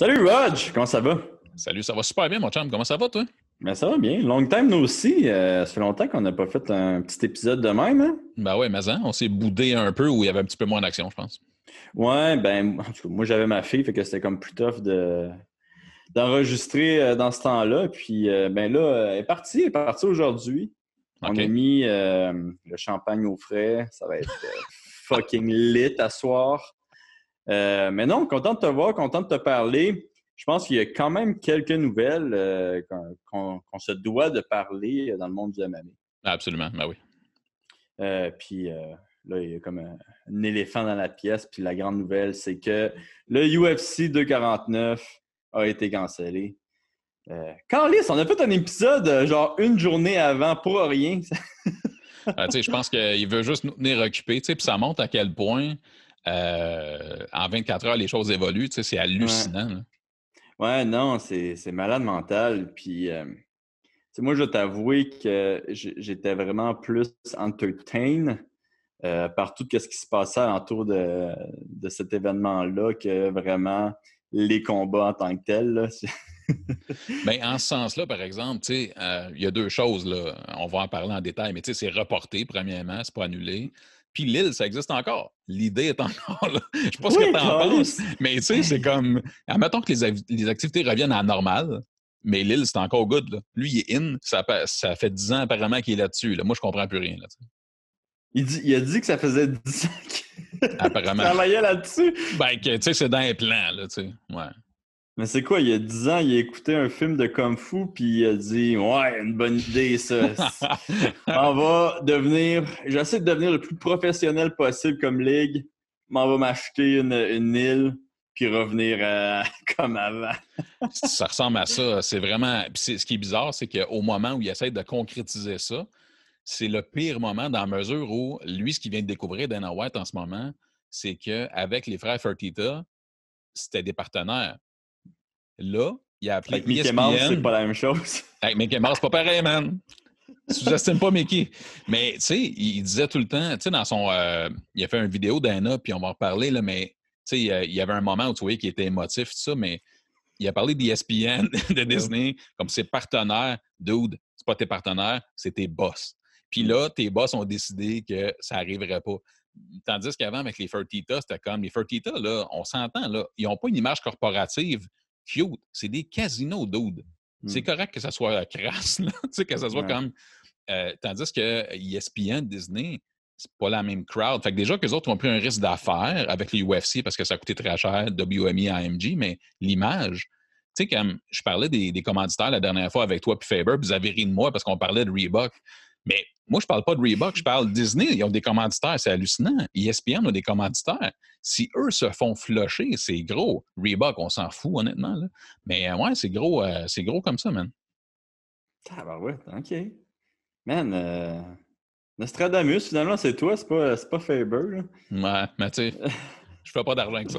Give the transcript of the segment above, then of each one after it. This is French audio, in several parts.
Salut Rog, comment ça va? Salut, ça va super bien, mon chum. Comment ça va, toi? Ben ça va bien. Long time no see. Ça fait longtemps qu'on n'a pas fait un petit épisode de même, hein? Ben ouais, mais hein, on s'est boudé un peu où il y avait un petit peu moins d'action, je pense. Ouais, ben en tout cas, moi j'avais ma fille, fait que c'était comme plus tough d'enregistrer dans ce temps-là. Puis ben là, elle est partie aujourd'hui. On a OK. mis le champagne au frais. Ça va être fucking lit à soir. Mais non, content de te voir, content de te parler. Je pense qu'il y a quand même quelques nouvelles qu'on se doit de parler dans le monde du MMA. Absolument, ben oui. Puis là, il y a comme un éléphant dans la pièce. Puis la grande nouvelle, c'est que le UFC 249 a été cancellé. Carlis, on a fait un épisode genre une journée avant pour rien. Tu sais, je pense qu'il veut juste nous tenir occupés, tu sais, puis ça montre à quel point en 24 heures, les choses évoluent, tu sais, c'est Ouais, hallucinant, là. ouais, non, c'est malade mental. Puis moi, je dois t'avouer que j'étais vraiment plus entertain par tout ce qui se passait autour de cet événement-là que vraiment les combats en tant que tels. Là. Ben, en ce sens-là, par exemple, tu sais, il y a deux choses, là. On va en parler en détail, mais tu sais, c'est reporté, premièrement, c'est pas annulé. Puis l'île, ça existe encore. L'idée est encore là. Je sais pas ce que Oui, tu en penses, Carlis! mais tu sais, c'est comme. Admettons que les activités reviennent à la normale, mais l'île, c'est encore good, là. Lui, il est in. Ça fait 10 ans apparemment qu'il est là-dessus. Là. Moi, je comprends plus rien, là, tu sais. Il a dit que ça faisait 10 ans qu'il Apparemment. travaillait là-dessus. Ben, tu sais, c'est dans les plans, là, tu sais. Ouais. Mais c'est quoi, il y a 10 ans, il a écouté un film de Kung Fu, puis il a dit « Ouais, une bonne idée, ça. J'essaie de devenir le plus professionnel possible comme ligue. M'en va m'acheter une île, puis revenir comme avant. » Ça ressemble à ça. C'est vraiment. Puis ce qui est bizarre, c'est qu'au moment où il essaie de concrétiser ça, c'est le pire moment dans la mesure où lui, ce qu'il vient de découvrir Dana White en ce moment, c'est qu'avec les frères Fertitta, c'était des partenaires. Là, il a appelé Avec Mickey Mouse, c'est pas ESPN. la même chose. Hey, Mickey Mouse, c'est pas pareil, man. Sous-estime pas Mickey. Mais, tu sais, il disait tout le temps, tu sais, dans son. Il a fait une vidéo d'Anna, puis on va en reparler, là, mais, tu sais, il y avait un moment où tu voyais qu'il était émotif, tout ça, mais il a parlé d'ESPN, de Disney, comme ses partenaires. Dude, c'est pas tes partenaires, c'est tes boss. Puis là, tes boss ont décidé que ça n'arriverait pas. Tandis qu'avant, avec les Fertitta, c'était comme les Fertitta, là, on s'entend, là, ils n'ont pas une image corporative cute. C'est des casinos, dude. C'est correct que ça soit crasse, là, que ça soit Ouais. comme. Tandis que ESPN, Disney, c'est pas la même crowd. Fait que déjà qu'eux autres ont pris un risque d'affaires avec les UFC parce que ça a coûté très cher, WME, AMG, mais l'image, tu sais, comme je parlais des commanditaires la dernière fois avec toi puis Faber, puis vous avez ri de moi parce qu'on parlait de Reebok. Mais moi, je parle pas de Reebok, je parle de Disney. Ils ont des commanditaires, c'est hallucinant. ESPN a des commanditaires. Si eux se font flusher, c'est gros. Reebok, on s'en fout, honnêtement. Là. Mais ouais, c'est gros comme ça, man. Ouais, OK. Man, Nostradamus, finalement, c'est toi, c'est pas Faber. Là. Ouais, mais tu sais, je fais pas d'argent avec ça.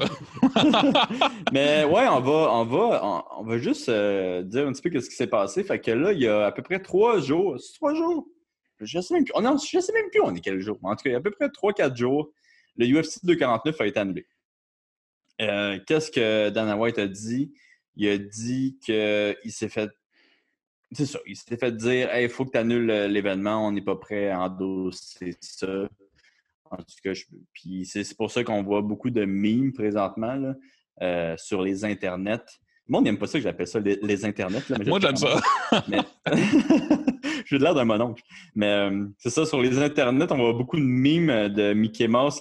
Mais ouais, on va juste dire un petit peu ce qui s'est passé. Fait que là, il y a à peu près 3 jours. C'est 3 jours? Je sais même plus. Oh non, je sais même plus on est quel jour. En tout cas, il y a à peu près 3-4 jours, le UFC 249 a été annulé. Qu'est-ce que Dana White a dit? Il a dit qu'il s'est fait. C'est ça, il s'est fait dire « Hey, il faut que tu annules l'événement, on n'est pas prêt à endosser ça. » En tout cas, puis c'est pour ça qu'on voit beaucoup de memes présentement là, sur les internets. Le monde n'aime pas ça que j'appelle ça les internets, là, mais je le Moi, fais j'aime quand même. ça. Mais j'ai l'air d'un mononcle. Mais c'est ça, sur les internets, on voit beaucoup de memes de Mickey Mouse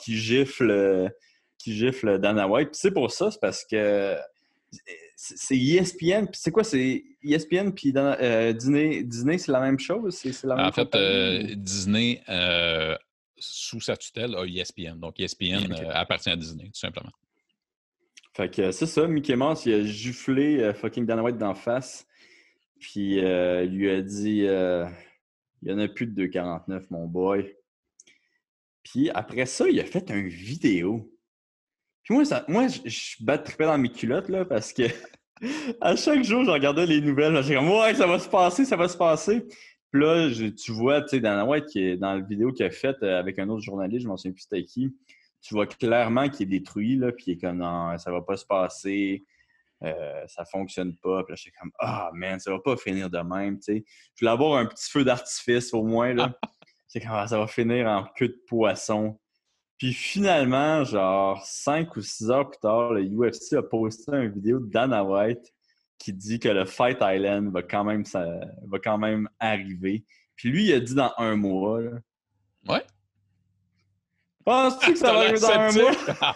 qui gifle Dana White. Puis c'est pour ça, c'est parce que c'est ESPN. Puis c'est quoi? C'est ESPN puis Disney, c'est la même chose? C'est la même En fait, compagnie? Ou... Disney, sous sa tutelle, a ESPN. Donc, ESPN OK. appartient à Disney, tout simplement. Fait que c'est ça, Mickey Mouse, il a giflé fucking Dana White d'en face. Puis il lui a dit il y en a plus de 2,49, mon boy. Puis après ça, il a fait une vidéo. Puis moi je battais dans mes culottes là, parce que à chaque jour, je regardais les nouvelles. J'étais comme ouais, ça va se passer, ça va se passer. Puis là, tu vois, tu sais, Dana White qui est dans la vidéo qu'il a faite avec un autre journaliste, je m'en souviens plus c'était qui. Tu vois clairement qu'il est détruit, là, puis il est comme non, ça va pas se passer. ça fonctionne pas. Puis là, j'étais comme, man, ça va pas finir de même, tu sais. Je voulais avoir un petit feu d'artifice au moins, là. J'étais comme, ça va finir en queue de poisson. Puis finalement, genre 5 ou 6 heures plus tard, le UFC a posté une vidéo de Dana White qui dit que le Fight Island va quand même arriver. Puis lui, il a dit dans 1 mois. Là. Ouais. Penses-tu que ça va arriver dans 1 mois?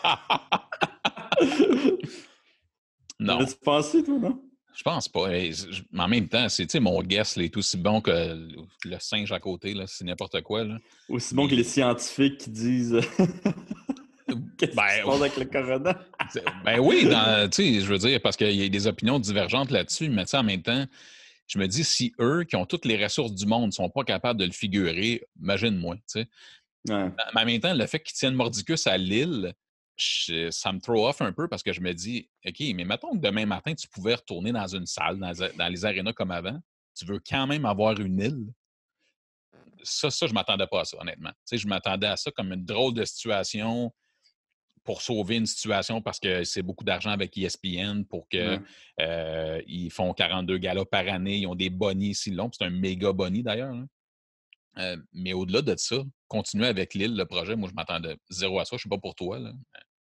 Non. Tu pensé, toi, non? Je pense pas. Mais en même temps, mon guess est aussi bon que le singe à côté. Là, c'est n'importe quoi. Là. Aussi bon que les scientifiques qui disent qu'est-ce qui se passe avec le corona? Ben oui, je veux dire, parce qu'il y a des opinions divergentes là-dessus, mais en même temps, je me dis, si eux, qui ont toutes les ressources du monde, ne sont pas capables de le figurer, imagine-moi. Ouais. Mais en même temps, le fait qu'ils tiennent Mordicus à Lille, ça me throw off un peu parce que je me dis, OK, mais mettons que demain matin, tu pouvais retourner dans une salle, dans les arénas comme avant, tu veux quand même avoir une île. Ça, je ne m'attendais pas à ça, honnêtement. Je m'attendais à ça comme une drôle de situation pour sauver une situation parce que c'est beaucoup d'argent avec ESPN pour que ils font 42 galas par année, ils ont des bonnies ici longs, c'est un méga boni d'ailleurs. Mais au-delà de ça, continuer avec Lille, le projet, moi je m'attendais zéro à ça. Je ne sais pas pour toi. Là.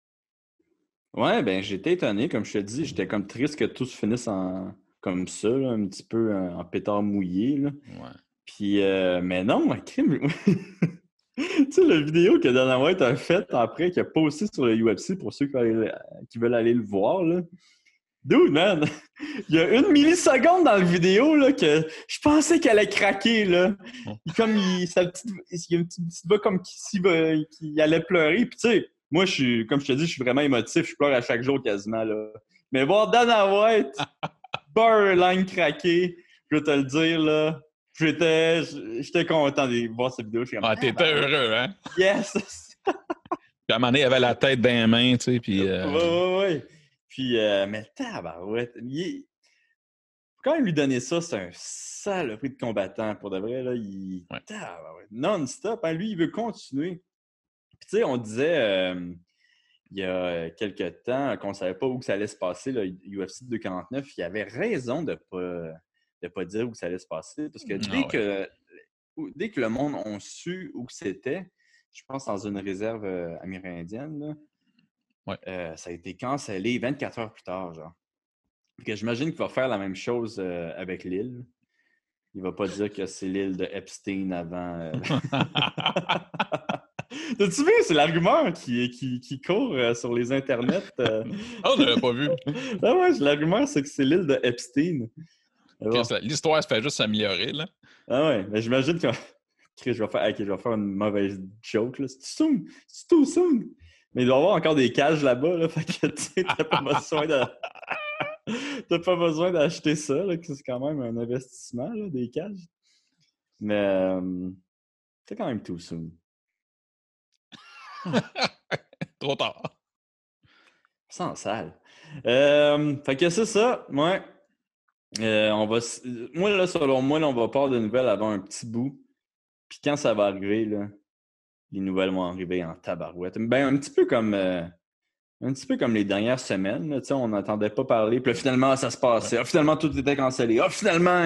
Ouais, ben j'étais étonné, comme je te dis, j'étais comme triste que tout se finisse comme ça, là, un petit peu en pétard mouillé. Là. Ouais. Puis, mais non, crime. Tu sais, la vidéo que Dana White a faite après, qu'il a posté sur le UFC pour ceux qui veulent aller le voir, là. Dude, man! Il y a 1 milliseconde dans la vidéo là, que je pensais qu'elle allait craquer, là. Il y a une petite voix comme qui allait pleurer. Puis tu sais, moi, comme je te dis, je suis vraiment émotif. Je pleure à chaque jour quasiment, là. Mais voir Dana White, borderline craqué, je vais te le dire, là. J'étais content de voir cette vidéo. T'étais heureux, hein? Yes! Puis à un moment donné, il avait la tête dans les mains, tu sais, puis... Ouais. Puis, mais tabarouette, faut quand même lui donner ça, c'est un saloperie de combattant, pour de vrai, là. Tabarouette, non-stop, hein, lui, il veut continuer. Puis tu sais, on disait, il y a quelques temps, qu'on ne savait pas où ça allait se passer, le UFC 249, il avait raison de pas dire où ça allait se passer, parce que dès que le monde a su où c'était, je pense dans une réserve amérindienne, là, ça a été cancellé 24 heures plus tard, genre. Que j'imagine qu'il va faire la même chose avec l'île. Il va pas dire que c'est l'île de Epstein avant. T'as-tu vu? C'est l'argument qui court sur les internets. on l'avait pas vu. Ah ouais, l'argument, c'est que c'est l'île de Epstein. Bon. L'histoire se fait juste s'améliorer, là. Ah ouais, mais j'imagine que je vais faire une mauvaise joke, là. C'est too soon. Mais il doit y avoir encore des cages là-bas, là. Fait que, tu sais, t'as pas besoin de... T'as pas besoin d'acheter ça, là, que c'est quand même un investissement, là, des cages. Mais c'est quand même too soon. Trop tard. Sans salle. Fait que c'est ça. Ouais. Moi, là, selon moi, là, on va parler de nouvelles avant un petit bout. Puis quand ça va arriver, là, les nouvelles vont arriver en tabarouette. Ben, un petit peu comme les dernières semaines. Là, on n'entendait pas parler. Puis là, finalement, ça se passait. Ah, finalement, tout était cancellé. Ah, finalement,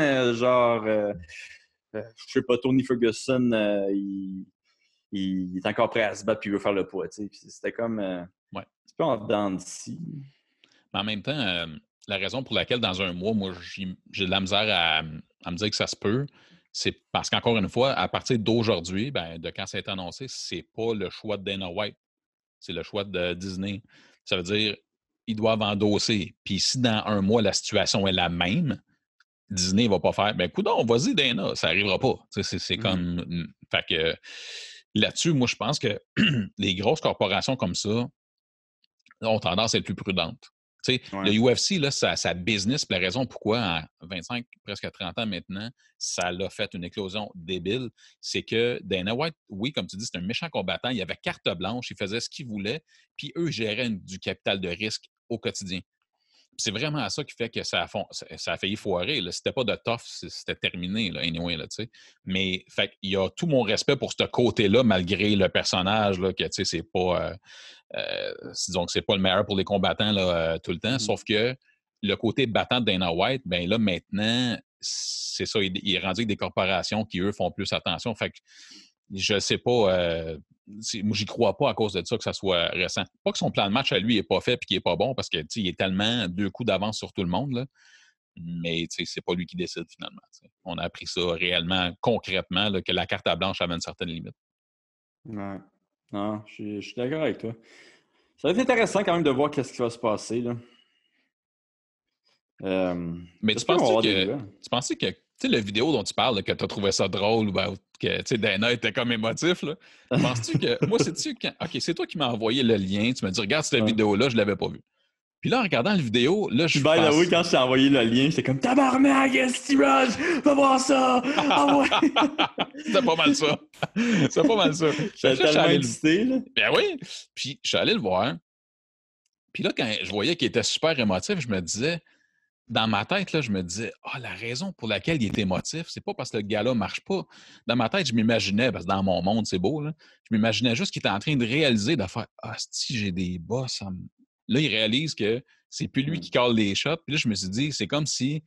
je sais pas, Tony Ferguson, il est encore prêt à se battre puis il veut faire le poids. Puis c'était comme un petit peu en dents de scie. Mais en même temps, la raison pour laquelle, dans un mois, moi, j'ai de la misère à me dire que ça se peut, c'est parce qu'encore une fois, à partir d'aujourd'hui, de quand ça a été annoncé, c'est pas le choix de Dana White. C'est le choix de Disney. Ça veut dire ils doivent endosser. Puis si dans un mois, la situation est la même, Disney ne va pas faire coudonc, vas-y, Dana, ça n'arrivera pas. C'est comme. Fait que là-dessus, moi, je pense que les grosses corporations comme ça ont tendance à être plus prudentes. Le UFC, là, sa business, la raison pourquoi en 25, presque 30 ans maintenant, ça l'a fait une éclosion débile, c'est que Dana White, oui, comme tu dis, c'est un méchant combattant, il avait carte blanche, il faisait ce qu'il voulait, puis eux géraient du capital de risque au quotidien. C'est vraiment ça qui fait que ça a failli foirer. Là. C'était pas de tough, c'était terminé, là, anyway, là, mais fait, il y a tout mon respect pour ce côté-là, malgré le personnage, là, que c'est pas... disons que c'est pas le meilleur pour les combattants là, tout le temps, sauf que le côté battant de Dana White, ben là, maintenant, c'est ça, il est rendu avec des corporations qui, eux, font plus attention. Fait que je sais pas, moi, j'y crois pas à cause de ça que ça soit récent. Pas que son plan de match à lui est pas fait et qu'il est pas bon parce que, il est tellement 2 coups d'avance sur tout le monde, là. Mais, c'est pas lui qui décide finalement. T'sais. On a appris ça réellement, concrètement, là, que la carte à blanche avait une certaine limite. Ouais. Non, je suis d'accord avec toi. Ça va être intéressant quand même de voir qu'est-ce qui va se passer, là. Mais tu penses-tu que la vidéo dont tu parles, là, que tu as trouvé ça drôle, ou que Dana était comme émotif, là, penses-tu que. Moi, c'est-tu quand. OK, c'est toi qui m'as envoyé le lien, tu m'as dit, regarde cette vidéo-là, je l'avais pas vue. Puis là, en regardant la vidéo, là, je by the pense. way, quand je t'ai envoyé le lien, j'étais comme tabarnak, Steve Rush, va voir ça! Ah ouais! C'était pas mal ça. C'était pas mal ça. J'étais tellement excité, là. Ben oui! Puis je suis allé le voir. Puis là, quand je voyais qu'il était super émotif, je me disais, dans ma tête, là, je me disais, la raison pour laquelle il est émotif, c'est pas parce que le gars-là marche pas. Dans ma tête, je m'imaginais, parce que dans mon monde, c'est beau, là, je m'imaginais juste qu'il était en train de réaliser, de faire, si j'ai des boss. Là, il réalise que c'est plus lui qui cale les shots. Puis là, je me suis dit, c'est comme si,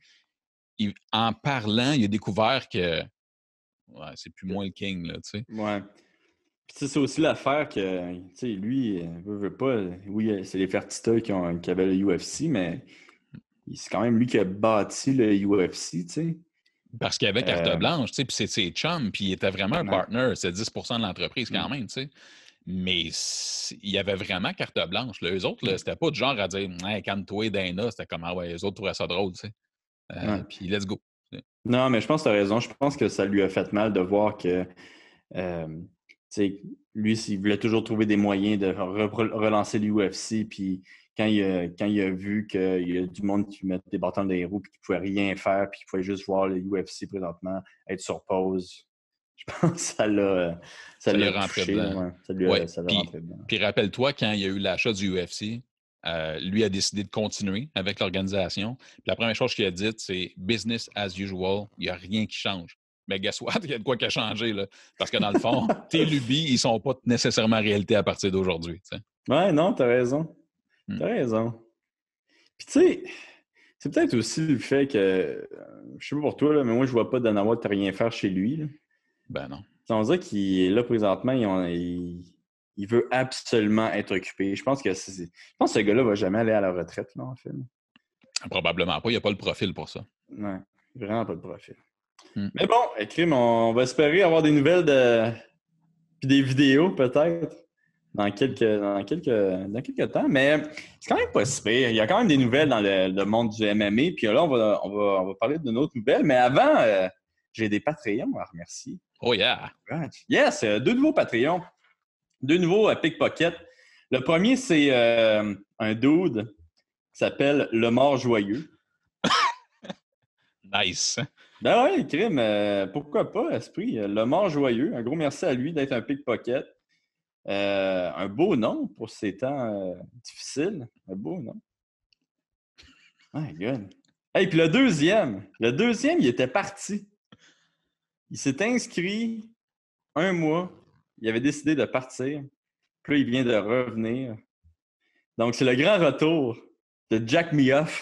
en parlant, il a découvert que c'est plus moi le king, là, tu sais. Ouais. Puis c'est aussi l'affaire que, tu sais, lui, veut pas. Oui, c'est les Fertitta qui avaient le UFC, mais c'est quand même lui qui a bâti le UFC, tu sais. Parce qu'il avait carte blanche, tu sais, puis c'est ses chums, puis il était vraiment un partner, c'est 10% de l'entreprise quand même, tu sais. Mais il y avait vraiment carte blanche. Là. Eux autres, là, c'était pas du genre à dire hey, calme-toi, Dana, c'était comme eux autres trouvaient ça drôle, tu sais. Puis let's go. Non, mais je pense que tu as raison. Je pense que ça lui a fait mal de voir que tu sais, lui, il voulait toujours trouver des moyens de relancer l'UFC. Puis quand il a vu qu'il y a du monde qui mettait des bâtons dans les roues et qui ne pouvait rien faire, puis qu'il pouvait juste voir le UFC présentement être sur pause, je pense que ça l'a rentré touché. dedans. Ouais, ça l'a rentré dedans. Puis rappelle-toi, quand il y a eu l'achat du UFC, lui a décidé de continuer avec l'organisation. Puis la première chose qu'il a dite, c'est « business as usual ». Il n'y a rien qui change. Mais guess what? Il y a de quoi qui a changé, là. Parce que dans le fond, tes lubies, ils sont pas nécessairement réalité à partir d'aujourd'hui. T'sais. Ouais, non, t'as raison. T'as raison. Puis tu sais, c'est peut-être aussi le fait que, je sais pas pour toi, là, mais moi, je vois pas Dana White rien faire chez lui. Là. Ben non. On dirait qu'il est là présentement, il veut absolument être occupé. Je pense que ce gars-là va jamais aller à la retraite, là, en fait. Probablement pas. Il n'y a pas le profil pour ça. Ouais, vraiment pas le profil. Mais bon, Crime, on va espérer avoir des nouvelles puis des vidéos, peut-être, dans quelques temps. Mais c'est quand même pas si pire. Il y a quand même des nouvelles dans le monde du MMA. Puis là, on va parler d'une autre nouvelle. Mais avant, j'ai des Patreons à remercier. Oh yeah! Yes! 2 nouveaux Patreons. 2 nouveaux Pickpocket. Le premier, c'est un dude qui s'appelle Le Mort Joyeux. Nice! Ben oui, Crime, pourquoi pas, Esprit? Le Mort Joyeux. Un gros merci à lui d'être un Pickpocket. Un beau nom pour ces temps difficiles. Un beau nom. My God. Hey, puis le deuxième, il était parti. Il s'est inscrit 1 mois. Il avait décidé de partir. Puis là, il vient de revenir. Donc, c'est le grand retour de Jack Me Off.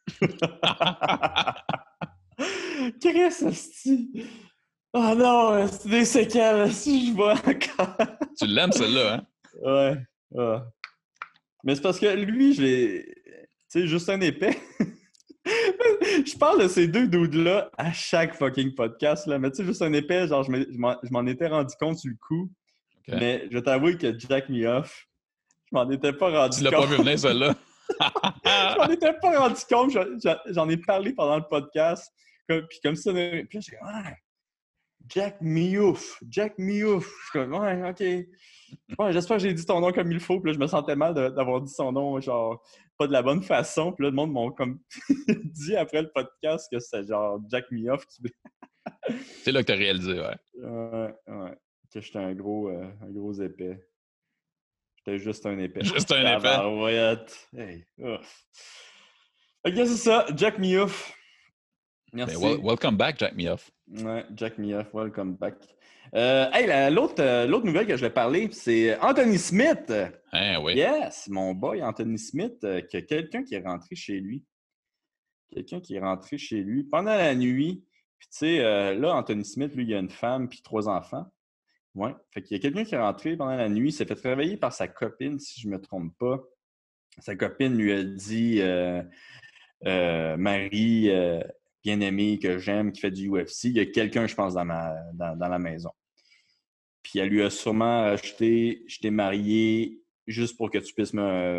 Chris, asti. Oh non, c'est des séquelles, si je vois encore. Tu l'aimes, celle-là, hein? Ouais. Mais c'est parce que lui, je l'ai... Tu sais, juste un épais. Je parle de ces 2 dudes-là à chaque fucking podcast, là. Mais tu sais, juste un épais, genre, je m'en étais rendu compte sur le coup. Okay. Mais je t'avoue que Jack Me Off, je m'en étais pas rendu compte. Tu l'as pas vu venir, celle-là? Je m'en étais pas rendu compte. J'en ai parlé pendant le podcast. Puis comme ça, puis là, j'ai dit, Jack Me Off. Je suis comme, ouais, OK. Ouais, j'espère que j'ai dit ton nom comme il faut. Puis là, je me sentais mal d'avoir dit son nom, genre, pas de la bonne façon. Puis là, le monde m'a comme dit après le podcast que c'était genre Jack Me Off qui... C'est là que t'as réalisé, ouais. Ouais. Que j'étais un gros épais. J'étais juste un épais. Juste un épais. Ouais. Hey. OK, c'est ça. Jack Me Off. Merci. Ben, welcome back, Jack Me Off. Ouais, Jack Me Off, welcome back. Hey, l'autre nouvelle que je vais parler, c'est Anthony Smith. Hein, oui. Yes, mon boy Anthony Smith, qui a quelqu'un qui est rentré chez lui. quelqu'un qui est rentré chez lui pendant la nuit. Puis, tu sais, là, Anthony Smith, lui, il a une femme puis 3 enfants. Ouais. Fait qu'il y a quelqu'un qui est rentré pendant la nuit, s'est fait réveiller par sa copine, si je ne me trompe pas. Sa copine lui a dit Marie, bien-aimée, que j'aime, qui fait du UFC, il y a quelqu'un, je pense, dans la maison. Puis elle lui a sûrement acheté je t'ai marié juste pour que tu puisses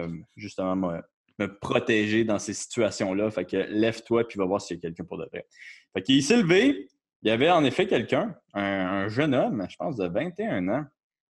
me protéger dans ces situations-là. Fait que lève-toi puis va voir s'il y a quelqu'un pour de vrai. Fait qu'il s'est levé. Il y avait en effet quelqu'un, un jeune homme, je pense de 21 ans,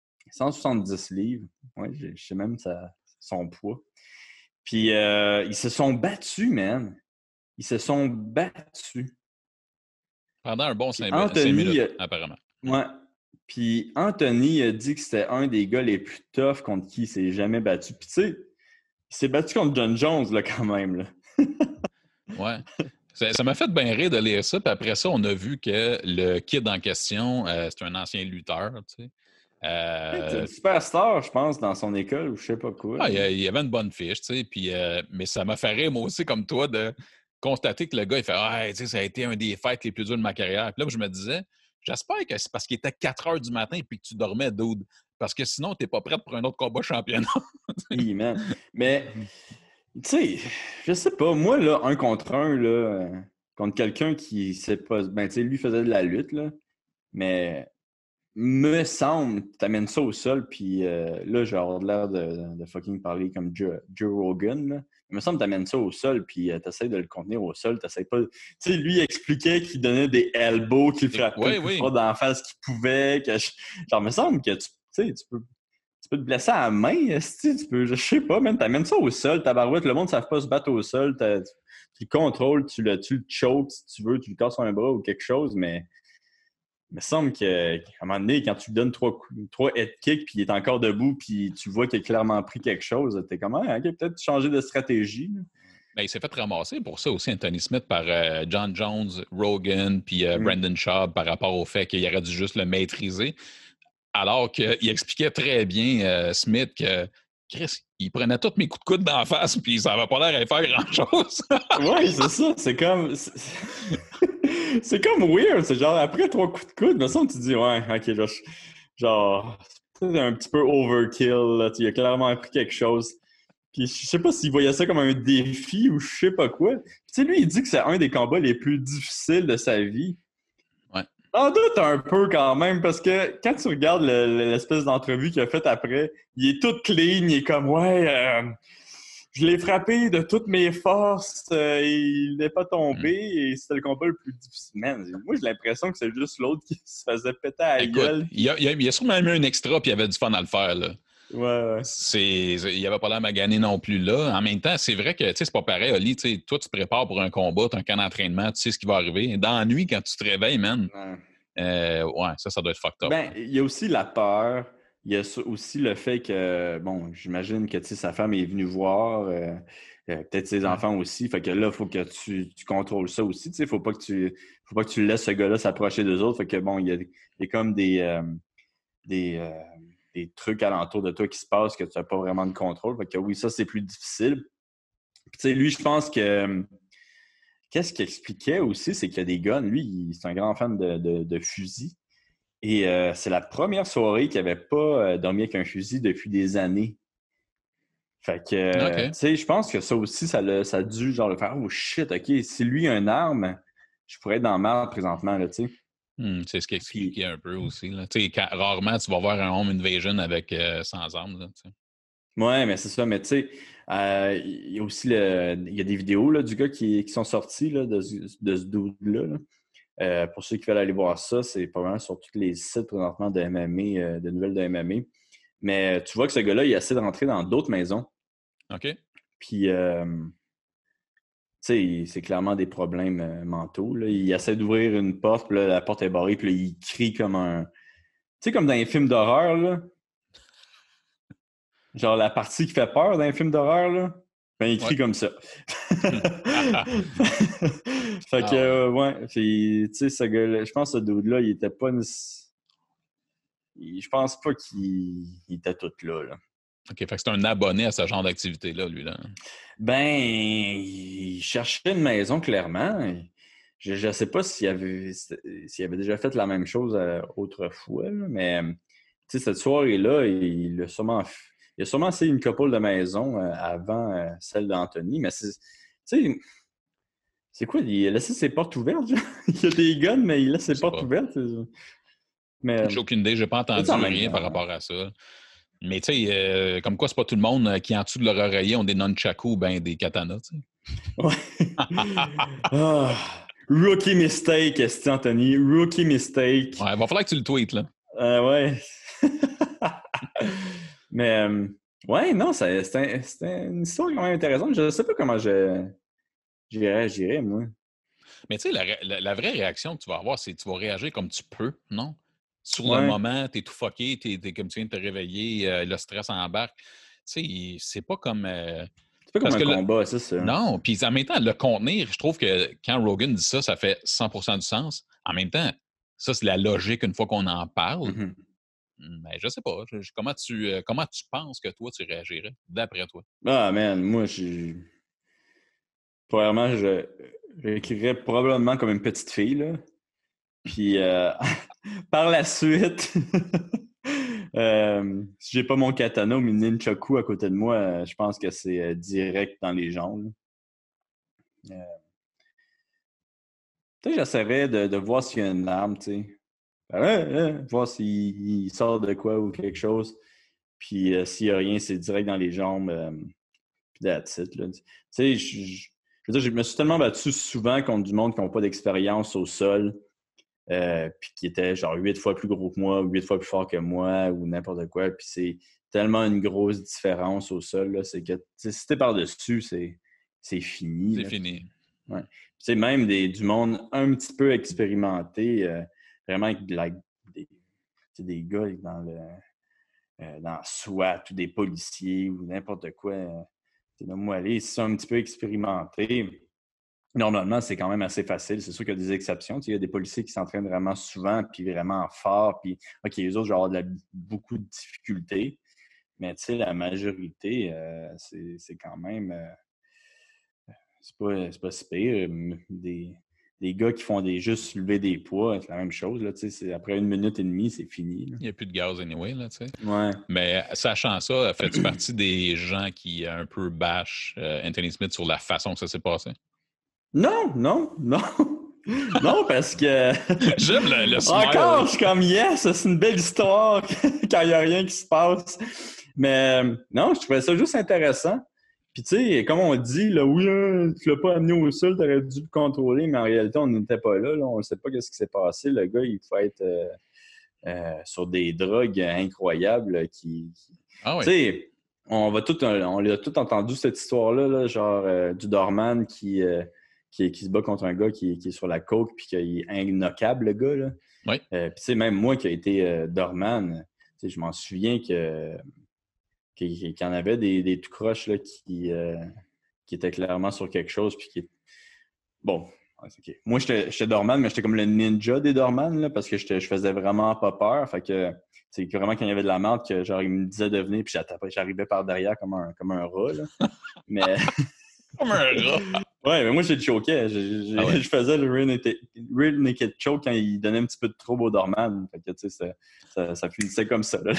170 livres. Ouais, je sais même son poids. Puis ils se sont battus, man. Ils se sont battus. Pendant un bon Puis 5 minutes, apparemment. Ouais. Puis Anthony a dit que c'était un des gars les plus toughs contre qui il s'est jamais battu. Puis tu sais, il s'est battu contre John Jones, là, quand même. Là. Ouais. Ça m'a fait bien rire de lire ça. Puis après ça, on a vu que le kid en question, c'est un ancien lutteur, tu sais. C'est une superstar, je pense, dans son école ou je sais pas quoi. Ah, il y avait une bonne fiche, tu sais. Puis, mais ça m'a fait rire, moi aussi, comme toi, de constater que le gars, il fait ah, tu sais, ça a été un des fights les plus durs de ma carrière. Puis là, je me disais, j'espère que c'est parce qu'il était 4 heures du matin et que tu dormais, dude. Parce que sinon, tu n'es pas prêt pour un autre combat championnat. Oui, man. Mais, tu sais, je sais pas. Moi, là, un contre un, là, contre quelqu'un qui sait pas. Ben, tu sais, lui faisait de la lutte, là. Mais me semble, t'amènes ça au sol, puis là, j'ai l'air de fucking parler comme Joe Rogan, là. Il me semble que t'amènes ça au sol, puis t'essaies de le contenir au sol, t'essaies pas... Tu sais, lui, il expliquait qu'il donnait des elbows, qu'il frappait le plus fort d'en face qu'il pouvait, genre, il me semble que tu sais, tu peux te blesser à la main, tu peux, je sais pas, même, t'amènes ça au sol, tabarouette, le monde ne savent pas se battre au sol, tu le contrôles, tu le chokes si tu veux, tu lui casses un bras ou quelque chose, mais il me semble qu'à un moment donné, quand tu lui donnes trois head kicks puis il est encore debout puis tu vois qu'il a clairement pris quelque chose, t'es comme, ah, OK, peut-être changer de stratégie. Ben, il s'est fait ramasser pour ça aussi, Anthony Smith, par John Jones, Rogan, puis Brandon Schaub par rapport au fait qu'il aurait dû juste le maîtriser. Alors qu'il expliquait très bien, Smith, que Chris, il prenait tous mes coups de coude dans la face, puis ça n'avait pas l'air à faire grand-chose. Oui, c'est ça. C'est comme. C'est comme weird. C'est genre, après 3 coups de coude, me semble, tu dis, ouais, OK, là, genre, c'est un petit peu overkill. Là. Il a clairement appris quelque chose. Puis je sais pas s'il voyait ça comme un défi ou je sais pas quoi. Tu sais, lui, il dit que c'est un des combats les plus difficiles de sa vie. Ouais. En doute un peu quand même, parce que quand tu regardes l'espèce d'entrevue qu'il a faite après, il est tout clean, il est comme, ouais, je l'ai frappé de toutes mes forces, il n'est pas tombé, et c'était le combat le plus difficile. Man, moi, j'ai l'impression que c'est juste l'autre qui se faisait péter à la Écoute, gueule. il a sûrement mis un extra, puis il avait du fun à le faire, là. Ouais, ouais. Il n'y avait pas l'air magané non plus là. En même temps, c'est vrai que c'est pas pareil, Oli. Toi, tu te prépares pour un combat, tu as un camp d'entraînement, tu sais ce qui va arriver. Dans la nuit, quand tu te réveilles, man, Ouais. ouais, ça doit être fucked up. Ben, il y a aussi la peur. Il y a aussi le fait que, bon, j'imagine que sa femme est venue voir, peut-être ses enfants aussi. Fait que là, il faut que tu contrôles ça aussi. Il faut pas que tu laisses ce gars-là s'approcher d'eux autres. Fait que bon, il y a comme des, euh, des trucs alentour de toi qui se passent que tu n'as pas vraiment de contrôle. Fait que oui, ça, c'est plus difficile. Puis, tu sais, lui, je pense que qu'est-ce qu'il expliquait aussi, c'est qu'il y a des guns. Lui, c'est un grand fan de fusils. Et c'est la première soirée qu'il n'avait pas dormi avec un fusil depuis des années. Fait que, tu OK. sais, je pense que ça aussi, ça a dû genre le faire. Oh shit, OK, si lui a une arme, je pourrais être dans la merde présentement, là, tu sais. C'est ce qui Puis, expliquait un peu aussi. Là. Rarement, tu vas voir un home invasion avec sans armes. Là, ouais, mais c'est ça. Mais tu sais, il y a aussi il y a des vidéos là, du gars qui sont sorties là, de ce dude-là. Là. Pour ceux qui veulent aller voir ça, c'est probablement sur tous les sites présentement de MMA, de nouvelles de MMA. Mais tu vois que ce gars-là, il essaie de rentrer dans d'autres maisons. OK. Puis, tu sais, c'est clairement des problèmes mentaux. Là. Il essaie d'ouvrir une porte, puis là, la porte est barrée, puis là, il crie comme un... Tu sais, comme dans les films d'horreur, là. Genre la partie qui fait peur dans les films d'horreur, là. Ben, il Ouais. crie comme ça. Fait Ah que, ouais. ouais. Puis, tu sais, ce gars-là, je pense que ce dude-là, il était pas... Je pense pas qu'il était tout là, là. OK, fait que c'est un abonné à ce genre d'activité-là, lui, là. Ben, il cherchait une maison, clairement. Je ne sais pas s'il avait déjà fait la même chose autrefois, là, mais cette soirée-là, il a sûrement essayé une couple de maisons avant celle d'Anthony, mais c'est quoi? Il a laissé ses portes ouvertes, genre? Il y a des guns, mais il laisse ses portes Pas. ouvertes. Mais, J'ai aucune idée, j'ai pas entendu en même rien par temps, rapport à ça. Mais tu sais, comme quoi, c'est pas tout le monde qui, en dessous de leur oreiller, ont des nunchakus ou ben des katanas, tu sais. ouais. Ah, rookie mistake, est Anthony? Rookie mistake. Ouais, il va falloir que tu le tweets, là. Ouais. Mais, ouais, non, c'était une histoire quand même intéressante. Je ne sais pas comment j'y réagirais, moi. Mais tu sais, la vraie réaction que tu vas avoir, c'est que tu vas réagir comme tu peux, non? Sur le Ouais. moment, t'es tout fucké, t'es comme tu viens de te réveiller, le stress embarque. Tu sais, c'est pas comme... C'est pas comme parce un que combat, c'est ça. non, puis en même temps, le contenir, je trouve que quand Rogan dit ça, ça fait 100% du sens. En même temps, ça, c'est la logique une fois qu'on en parle. Mhm. Mais je sais pas. Comment tu penses que toi, tu réagirais, d'après toi? Ah, man, moi, premièrement, j'écrirais probablement comme une petite fille, là. Puis, par la suite, si j'ai pas mon katana ou mon nunchaku à côté de moi, je pense que c'est direct dans les jambes. Tu sais, j'essaierais de voir s'il y a une arme, tu sais. Voir s'il sort de quoi ou quelque chose. Puis s'il n'y a rien, c'est direct dans les jambes. Puis that's it, là. Tu sais, je veux dire, je me suis tellement battu souvent contre du monde qui n'ont pas d'expérience au sol, puis qui était genre 8 fois plus gros que moi, ou 8 fois plus fort que moi, ou n'importe quoi. Puis c'est tellement une grosse différence au sol, là, c'est que si t'es par-dessus, c'est fini. C'est Là. fini. Ouais. Tu sais, même du monde un petit peu expérimenté, vraiment avec des gars dans le SWAT ou des policiers ou n'importe quoi. Moi, aller, ils sont un petit peu expérimentés. Normalement, c'est quand même assez facile. C'est sûr qu'il y a des exceptions. Tu sais, il y a des policiers qui s'entraînent vraiment souvent, puis vraiment fort, puis OK, les autres, genre, beaucoup de difficultés. Mais tu sais, la majorité, c'est quand même... c'est pas si pire. Des gars qui font juste soulever des poids, c'est la même chose. Là, après 1 minute et demie, c'est fini. Là. Il n'y a plus de gaz anyway, là, tu sais. Ouais. Mais sachant ça, fais-tu partie des gens qui un peu bâchent Anthony Smith sur la façon que ça s'est passé? Non, non, non. Non, parce que. J'aime le smile. Encore, je suis comme yes, c'est une belle histoire quand il n'y a rien qui se passe. Mais non, je trouvais ça juste intéressant. Puis tu sais, comme on dit, là, oui, tu l'as pas amené au sol, tu aurais dû le contrôler, mais en réalité, on n'était pas là, on ne sait pas ce qui s'est passé. Le gars, il faut être sur des drogues incroyables Ah oui. Tu sais, on l'a tout entendu, cette histoire-là, là, genre du doorman qui se bat contre un gars qui est sur la coke puis qu'il est innockable, le gars. Là. Oui. Puis tu sais, même moi qui ai été doorman, je m'en souviens qu'il y en avait des tout croches là, qui étaient clairement sur quelque chose puis qui... Bon, okay. Moi, j'étais doorman, mais j'étais comme le ninja des doorman, là, parce que je faisais vraiment pas peur. Fait que c'est vraiment quand il y avait de la merde que genre il me disait de venir, puis j'arrivais par derrière comme un rat. Là. Mais... Comme un rat. Ouais, mais moi, j'ai le choquais. Je faisais le real naked choke quand il donnait un petit peu de trouble au doorman. Fait que, tu sais, ça finissait comme ça. Là.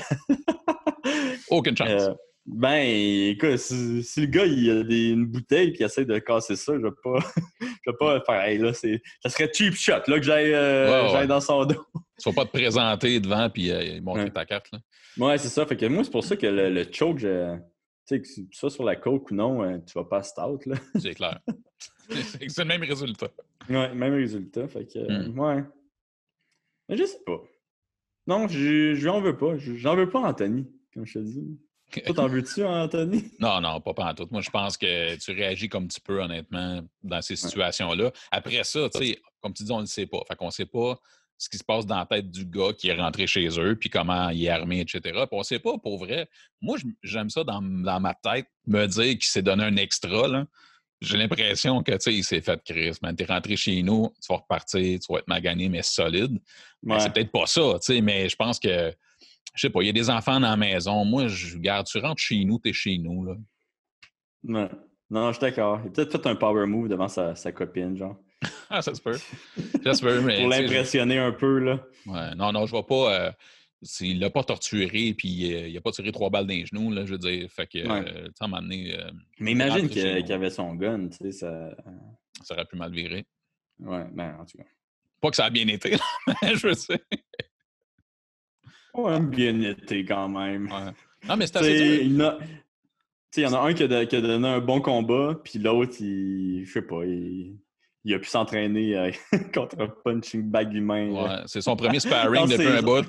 Aucune chance. Ben, écoute, si le gars, il a une bouteille et il essaie de casser ça, je vais pas faire, hey, là, ça serait cheap shot, là, que j'aille dans son dos. Tu vas pas te présenter devant puis montrer ta carte, là. Ouais, c'est ça. Fait que moi, c'est pour ça que le choke, tu sais, que ça sur la coke ou non, tu vas pas stout, là. C'est clair. C'est le même résultat. Ouais, même résultat. Fait que, ouais. Mais je sais pas. Non, je lui en veux pas. J'en veux pas, Anthony, comme je te dis. Toi, t'en veux-tu, Anthony? Non, pas pantoute. Moi, je pense que tu réagis comme tu peux, honnêtement, dans ces situations-là. Après ça, tu sais, comme tu dis, on ne le sait pas. Fait qu'on ne sait pas ce qui se passe dans la tête du gars qui est rentré chez eux, puis comment il est armé, etc. Puis on ne sait pas, pour vrai. Moi, j'aime ça dans ma tête, me dire qu'il s'est donné un extra, là. J'ai l'impression que, tu sais, il s'est fait crise, man. T'es rentré chez nous, tu vas repartir, tu vas être magané, mais solide. Ben, Ouais. c'est peut-être pas ça, tu sais, mais je pense que Je sais pas, il y a des enfants dans la maison. Moi, je garde, tu rentres chez nous, t'es chez nous, là. Ouais. Non, je suis d'accord. Il a peut-être fait un power move devant sa copine, genre. Ah, ça se peut. Ça se peut, Pour mais tu sais, l'impressionner un peu, là. ouais, non, je vois pas. Il l'a pas torturé, puis il a pas tiré 3 balles dans les genoux, là, je veux dire. Fait que, Ouais. tu sais, à un moment donné, Mais il est imagine rentré chez qu'il nous. avait son gun, tu sais, ça... Ça aurait pu mal virer. Ouais, ben, en tout cas. Pas que ça a bien été, là, mais je sais. Ouais, bien été, quand même. Ouais. Non, mais c'est Tu assez dur. sais, il y en a un qui a donné un bon combat, puis l'autre, je sais pas, il a pu s'entraîner contre un punching bag humain. Ouais, c'est son premier sparring Dans depuis ses... un bout.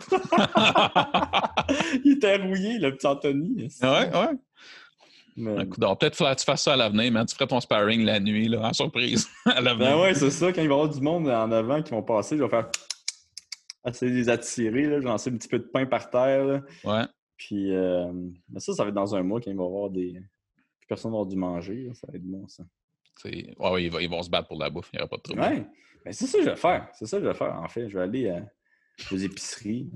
Il était rouillé, le petit Anthony. Ouais. Mais... Écoute, peut-être que tu fasses ça à l'avenir, mais tu ferais ton sparring la nuit, là, en surprise, à l'avenir. Ben ouais, c'est ça. Quand il va y avoir du monde en avant qui vont passer, je vais faire essayer de les attirer. Là. Je vais lancer un petit peu de pain par terre. Là. Ouais. Puis mais ça va être dans un mois quand il va y avoir des. Puis personne va avoir dû manger. Là. Ça va être bon, ça. Ouais, ils vont se battre pour la bouffe, il n'y aura pas de trouble. Ouais. Ben, c'est ça que je vais faire. C'est ça que je vais faire, en fait. Je vais aller aux épiceries.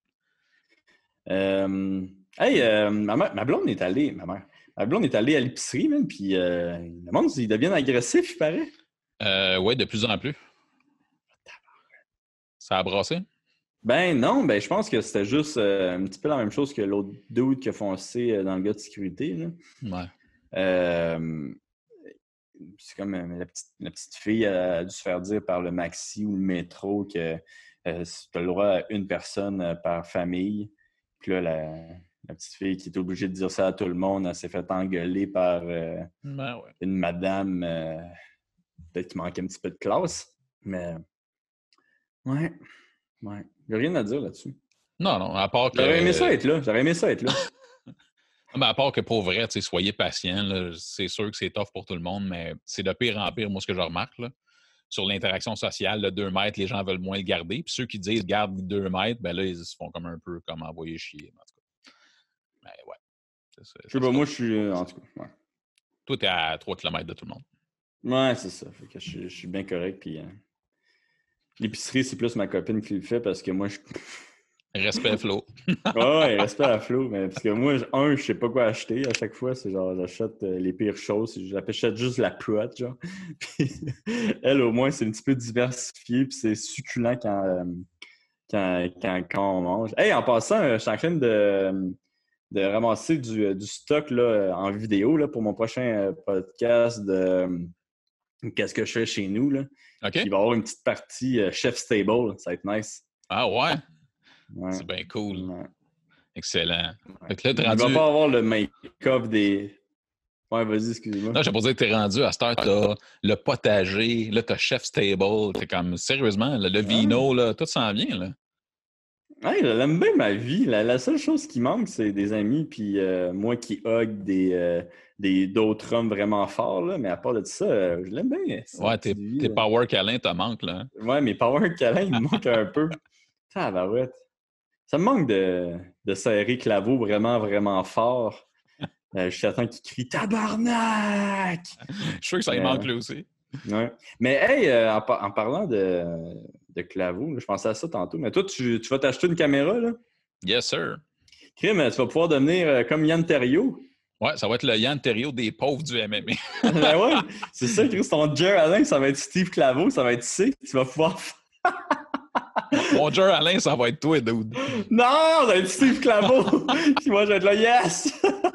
Hey, ma blonde est allée. Ma blonde est allée à l'épicerie, même. Puis le monde, ils deviennent agressifs, il paraît. Ouais, de plus en plus. Ça a brassé? Ben non, ben je pense que c'était juste un petit peu la même chose que l'autre dude qui a foncé dans le gars de sécurité. Là. Ouais. C'est comme la petite fille a dû se faire dire par le maxi ou le métro que tu as le droit à une personne par famille. Puis là, la petite fille qui est obligée de dire ça à tout le monde, elle s'est fait engueuler par Ben ouais. une madame peut-être qui manquait un petit peu de classe. Mais ouais. Il n'y a rien à dire là-dessus. Non, à part que. J'aurais aimé ça être là. Mais à part que pour vrai, soyez patient. Là, c'est sûr que c'est tough pour tout le monde, mais c'est de pire en pire, moi, ce que je remarque. Là, sur l'interaction sociale, le 2 mètres, les gens veulent moins le garder. Puis ceux qui disent garde 2 mètres, ben là, ils se font comme un peu comme envoyer chier. En tout cas. Mais ouais. Je sais pas, moi, je suis. En tout cas, ouais. Toi, t'es à 3 km de tout le monde. Ouais, c'est ça. Fait que je suis bien correct. Puis l'épicerie, c'est plus ma copine qui le fait parce que moi, je. Respect, Flo. Ouais, respect à Flo. Mais parce que moi, je sais pas quoi acheter à chaque fois. C'est genre, j'achète les pires choses. J'achète juste la plotte, genre. Puis elle, au moins, c'est un petit peu diversifié. Puis c'est succulent quand on mange. Hey, en passant, je suis en train de ramasser du stock là, en vidéo là, pour mon prochain podcast de qu'est-ce que je fais chez nous. Là. OK? Puis il va y avoir une petite partie chef stable. Ça va être nice. Ah ouais? Ouais. C'est bien cool. Ouais. Excellent. Ouais. Fait que là, Il va pas avoir le make-up des... Ouais, vas-y, excuse-moi. Non, j'ai pas dire que t'es rendu à cette heure, t'as le potager, là, t'as chef stable, t'es comme, sérieusement, le vino, là, tout s'en vient, là. Ouais, j'aime bien ma vie. La seule chose qui manque, c'est des amis, puis moi qui hug d'autres hommes vraiment forts, là. Mais à part de ça, je l'aime bien. Ouais, tes power câlins te manquent, là. Ouais, mes power câlins, ils me manquent un peu. Tabarouette. Ça me manque de serrer Claveau vraiment, vraiment fort. Jusqu'à temps qu'il crie « Tabarnak! » Je suis sûr que ça lui manque, lui aussi. Ouais. Mais hey, en parlant de Claveau, là, je pensais à ça tantôt, mais toi, tu vas t'acheter une caméra, là? Yes, sir. Crime, tu vas pouvoir devenir comme Yann Terriot. Ouais, ça va être le Yann Terriot des pauvres du MMA. Ben ouais, c'est ça, Chris, ton Jer Alain, ça va être Steve Claveau, ça va être C. Tu vas pouvoir... Mon Jer Alain, ça va être toi, dude. Non, ça va être Steve Claveau! Puis moi, je vais être là, yes!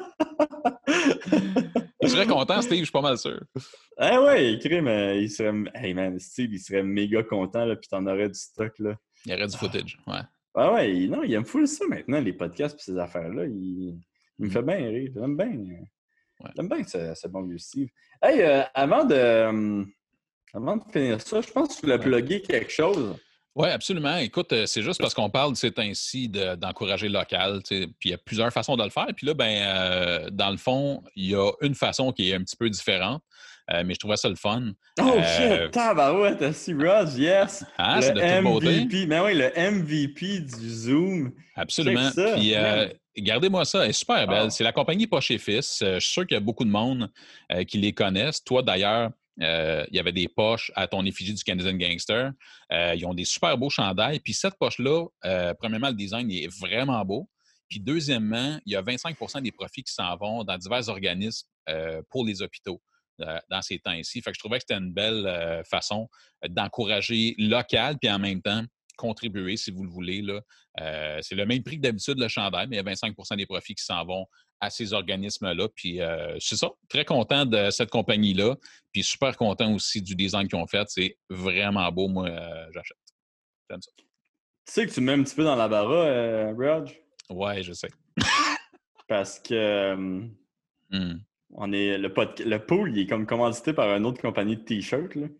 Je serais content, Steve, je suis pas mal sûr. Ah ouais, crime, il serait... Hey man, Steve, il serait méga content, là, puis t'en aurais du stock, là. Il y aurait du footage, ouais. Ah ouais, non, il aime full ça maintenant, les podcasts et ces affaires-là. Il me fait bien rire. J'aime bien. J'aime bien ce bon vieux Steve. Hey, avant de finir ça, je pense que tu voulais plugger quelque chose. Oui, absolument. Écoute, c'est juste parce qu'on parle de ces temps-ci d'encourager le local, puis il y a plusieurs façons de le faire. Puis là, dans le fond, il y a une façon qui est un petit peu différente, mais je trouvais ça le fun. Oh shit! Tabarouette, si Ross, yes! Ah, c'est de toute beauté. Ben oui, le MVP du Zoom. Absolument. Ça, puis gardez-moi ça, elle est super belle. Oh. C'est la compagnie Poche et Fils. Je suis sûr qu'il y a beaucoup de monde qui les connaissent. Toi, d'ailleurs, il y avait des poches à ton effigie du Canadian Gangster. Ils ont des super beaux chandails. Puis cette poche-là, premièrement, le design il est vraiment beau. Puis deuxièmement, il y a 25 des profits qui s'en vont dans divers organismes pour les hôpitaux dans ces temps-ci. Fait que je trouvais que c'était une belle façon d'encourager local, puis en même temps, contribuer, si vous le voulez. Là. C'est le même prix que d'habitude, le chandail, mais il y a 25 des profits qui s'en vont à ces organismes-là. Puis c'est ça, très content de cette compagnie-là. Puis super content aussi du design qu'ils ont fait. C'est vraiment beau. Moi, j'achète. J'aime ça. Tu sais que tu me mets un petit peu dans l'embarras, Rog? Ouais, je sais. Parce que on est le pool, il est comme commandité par une autre compagnie de t-shirts, là.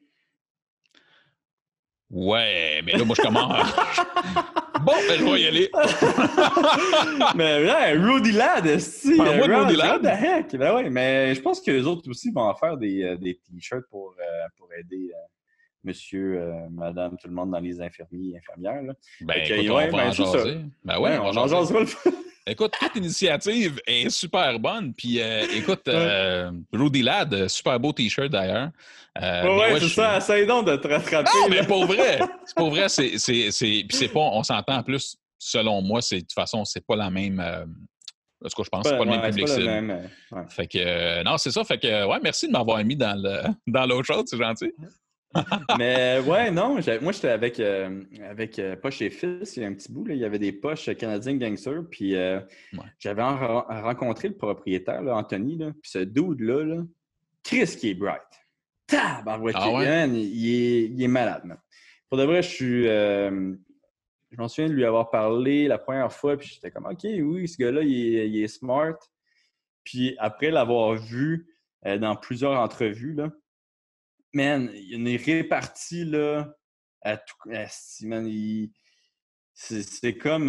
Ouais, mais là, moi, je commence. Bon, ben, je vais y aller. Mais là, Rudy Ladd, si. Moi de Rudy Ladd. What the heck? Ben ouais, mais je pense que les autres aussi vont en faire des t-shirts pour aider monsieur, madame, tout le monde dans les infirmiers et infirmières. Là. Ben, écoute, on va en jaser. Ben oui, on va en jaser. Écoute, toute initiative est super bonne. Puis, écoute, Rudy Ladd, super beau T-shirt d'ailleurs. Ouais, c'est ça. Essaye donc de te rattraper. Non, mais pour vrai. C'est pour vrai, puis c'est pas, on s'entend en plus, selon moi, de toute façon, c'est pas la même. En tout cas, je pense que c'est pas le même public cible. Fait que, non, c'est ça. Fait que, ouais, merci de m'avoir mis dans l'eau chaude, c'est gentil. Mais ouais, non, moi j'étais avec Poche et Fils, il y a un petit bout, là, il y avait des poches Canadiens Gangster, puis j'avais rencontré le propriétaire, là, Anthony, là, puis ce dude-là, là, Chris qui est bright. Tabarouette, il est malade, man. Pour de vrai, je m'en souviens de lui avoir parlé la première fois, puis j'étais comme, OK, oui, ce gars-là, il est smart. Puis après l'avoir vu dans plusieurs entrevues, là, man, il est réparti là, à tout. Man, c'est comme.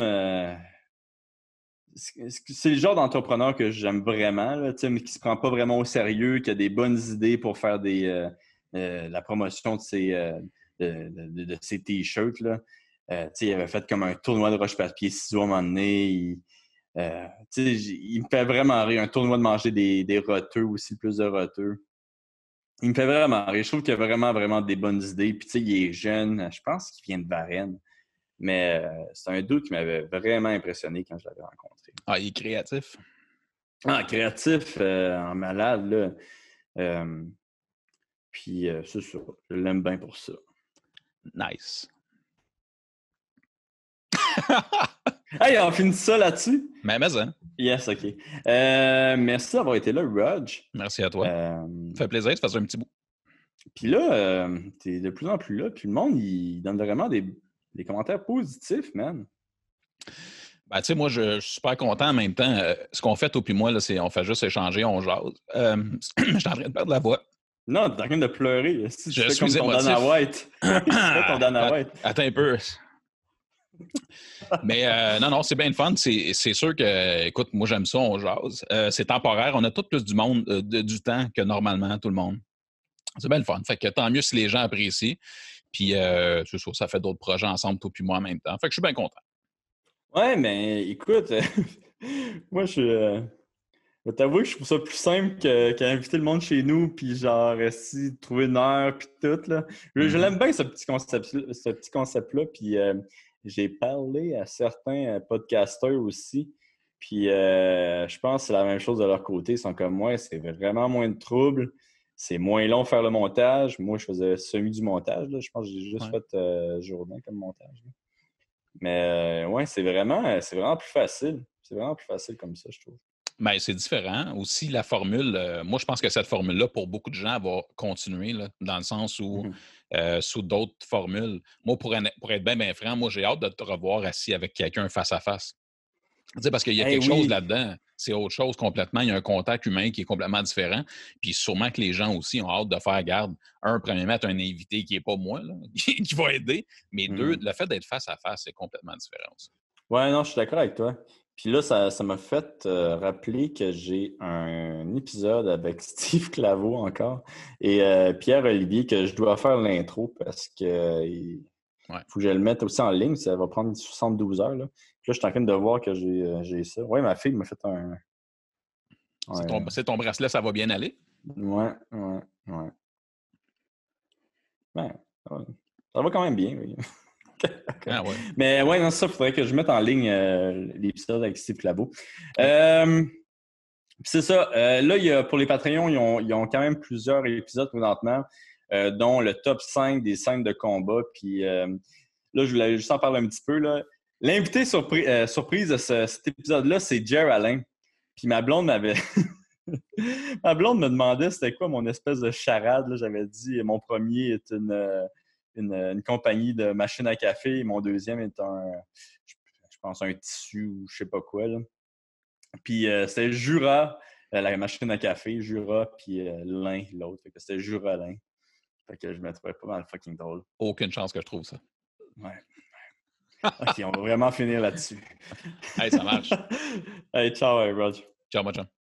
C'est le genre d'entrepreneur que j'aime vraiment, là, mais qui ne se prend pas vraiment au sérieux, qui a des bonnes idées pour faire la promotion de ses t-shirts. Là. Il avait fait comme un tournoi de roche-papier-ciseaux à un moment donné. Il me fait vraiment rire. Un tournoi de manger des roteux aussi, plus de roteux. Il me fait vraiment rire. Je trouve qu'il a vraiment, vraiment des bonnes idées. Puis, tu sais, il est jeune. Je pense qu'il vient de Varennes. Mais c'est un dude qui m'avait vraiment impressionné quand je l'avais rencontré. Ah, il est créatif. Ah, créatif, en malade, là. Puis, c'est ça. Je l'aime bien pour ça. Nice. Hey, on finit ça là-dessus? Mais hein? Yes, OK. Merci d'avoir été là, Rog. Merci à toi. Ça fait plaisir, ça faisait un petit bout. Puis là, t'es de plus en plus là, puis le monde, il donne vraiment des commentaires positifs, man. Ben, tu sais, moi, je suis super content en même temps. Ce qu'on fait, toi puis moi, là, c'est on fait juste échanger, on jase. Je suis en train de perdre la voix. Non, t'es en train de pleurer. Si je suis comme ton Dana White. Ton Dana White. Attends un peu. Mais non, c'est bien le fun. C'est sûr que, écoute, moi, j'aime ça, on jase. C'est temporaire. On a tout plus du monde, du temps que normalement, tout le monde. C'est bien le fun. Fait que tant mieux si les gens apprécient. Puis, c'est sûr, ça fait d'autres projets ensemble, toi puis moi, en même temps. Fait que je suis bien content. Ouais, mais écoute, moi, je vais t'avouer que je trouve ça plus simple qu'inviter le monde chez nous, puis genre, essayer de trouver une heure, puis tout, là. Je l'aime bien, ce petit concept-là, puis j'ai parlé à certains podcasteurs aussi, puis je pense que c'est la même chose de leur côté. Ils sont comme moi, c'est vraiment moins de trouble, c'est moins long de faire le montage. Moi, je faisais semi du montage, là. Je pense que j'ai juste fait journée comme montage, là. Mais ouais, c'est vraiment plus facile. C'est vraiment plus facile comme ça, je trouve. Bien, c'est différent. Aussi, la formule, moi, je pense que cette formule-là, pour beaucoup de gens, va continuer, là, dans le sens où, sous d'autres formules, moi, pour être bien franc, moi, j'ai hâte de te revoir assis avec quelqu'un face à face. Tu sais, parce qu'il y a quelque chose là-dedans, c'est autre chose complètement. Il y a un contact humain qui est complètement différent. Puis sûrement que les gens aussi ont hâte de faire garde. Premièrement, tu as un invité qui n'est pas moi, là, qui va aider. Mais deux, le fait d'être face à face, c'est complètement différent aussi. Ouais, non, je suis d'accord avec toi. Puis là, ça m'a fait rappeler que j'ai un épisode avec Steve Claveau encore et Pierre-Olivier que je dois faire l'intro parce que faut que je le mette aussi en ligne. Ça va prendre 72 heures, là. Puis là, je suis en train de voir que j'ai ça. Ouais, ma fille m'a fait un... C'est ton bracelet, ça va bien aller? Ouais. Ben, ça va quand même bien, oui. Ah ouais. Mais ouais, non, ça, il faudrait que je mette en ligne l'épisode avec Steve Claveau. C'est ça. Là, pour les Patreons, ils ont quand même plusieurs épisodes présentement, dont le top 5 des scènes de combat. Puis là, je voulais juste en parler un petit peu. Là. L'invité surprise de cet épisode-là, c'est Jer Alain. Puis ma blonde m'avait... Ma blonde me demandait c'était quoi mon espèce de charade. Là. J'avais dit mon premier est une compagnie de machines à café et mon deuxième est je pense, un tissu ou je sais pas quoi. Là. Puis c'était Jura, la machine à café, Jura, puis Lin, l'autre. Fait que c'était Jura Lin. Fait que je me trouvais pas mal fucking drôle. Aucune chance que je trouve ça. Ouais. OK, on va vraiment finir là-dessus. Hey, ça marche. Hey, ciao, Roger. Ciao, mon chum.